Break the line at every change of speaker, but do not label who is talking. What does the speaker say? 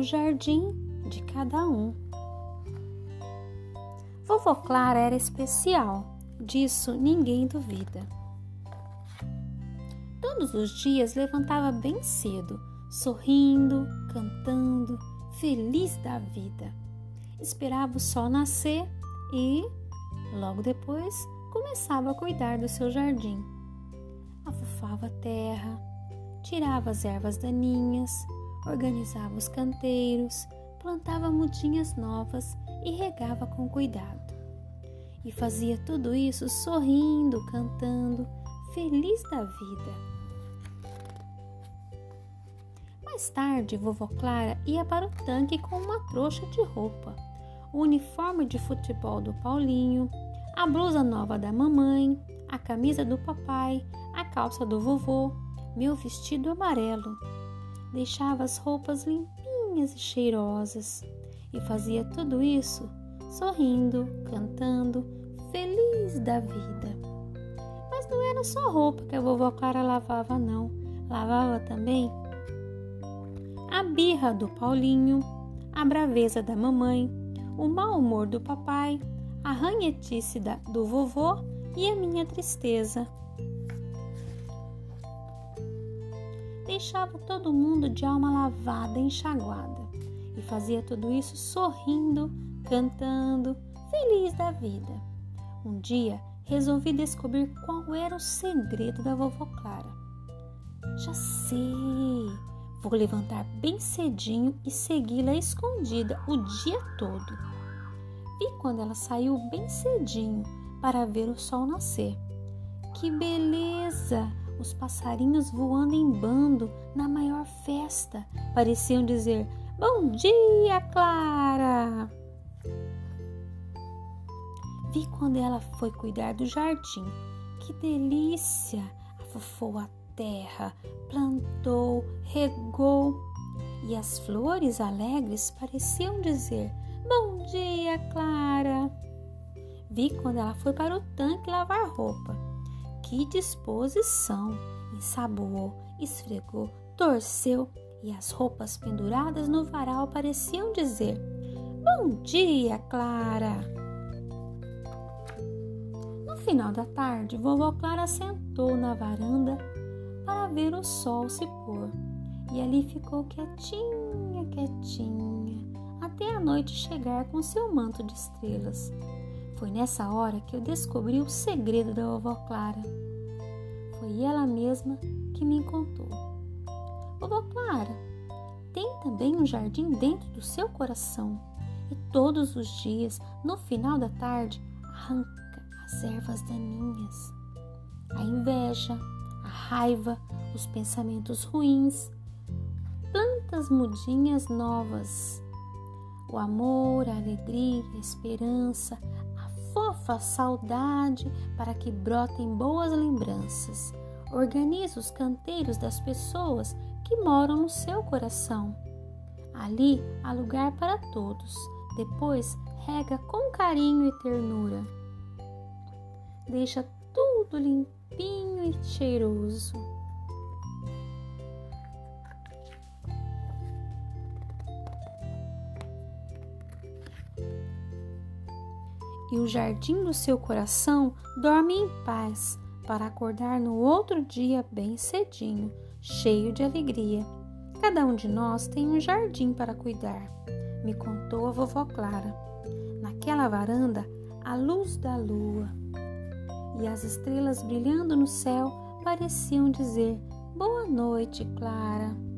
jardim de cada um. Vovó Clara era especial, disso ninguém duvida. Todos os dias levantava bem cedo, sorrindo, cantando, feliz da vida. Esperava o sol nascer e, logo depois, começava a cuidar do seu jardim. Afofava a terra, tirava as ervas daninhas, organizava os canteiros, plantava mudinhas novas e regava com cuidado. E fazia tudo isso sorrindo, cantando, feliz da vida. Mais tarde, vovó Clara ia para o tanque com uma trouxa de roupa, o uniforme de futebol do Paulinho, a blusa nova da mamãe, a camisa do papai, a calça do vovô, meu vestido amarelo. Deixava as roupas limpinhas e cheirosas e fazia tudo isso sorrindo, cantando, feliz da vida. Mas não era só roupa que a vovó Clara lavava, não. Lavava também a birra do Paulinho, a braveza da mamãe, o mau humor do papai, a ranhetice do vovô e a minha tristeza. Deixava todo mundo de alma lavada, enxaguada, e fazia tudo isso sorrindo, cantando, feliz da vida. Um dia, resolvi descobrir qual era o segredo da vovó Clara. Já sei! Vou levantar bem cedinho e segui-la escondida o dia todo. Vi quando ela saiu bem cedinho para ver o sol nascer. Que beleza! Os passarinhos voando em bando na maior festa pareciam dizer: "Bom dia, Clara!" Vi quando ela foi cuidar do jardim. Que delícia! Afofou a terra, plantou, regou, e as flores alegres pareciam dizer: "Bom dia, Clara!" Vi quando ela foi para o tanque lavar roupa. Que disposição! Ensaboou, esfregou, torceu, e as roupas penduradas no varal pareciam dizer: "Bom dia, Clara!" No final da tarde, vovó Clara sentou na varanda para ver o sol se pôr, e ali ficou quietinha, quietinha, até a noite chegar com seu manto de estrelas. Foi nessa hora que eu descobri o segredo da vovó Clara. Foi ela mesma que me contou. Vovó Clara, tem também um jardim dentro do seu coração, e todos os dias, no final da tarde, arranca as ervas daninhas, a inveja, a raiva, os pensamentos ruins, planta as mudinhas novas, o amor, a alegria, a esperança, a fofa saudade para que brotem boas lembranças. Organiza os canteiros das pessoas que moram no seu coração. Ali há lugar para todos. Depois rega com carinho e ternura. Deixa tudo limpinho e cheiroso. E o jardim do seu coração dorme em paz para acordar no outro dia bem cedinho, cheio de alegria. Cada um de nós tem um jardim para cuidar, me contou a vovó Clara. Naquela varanda, a luz da lua e as estrelas brilhando no céu pareciam dizer: "Boa noite, Clara."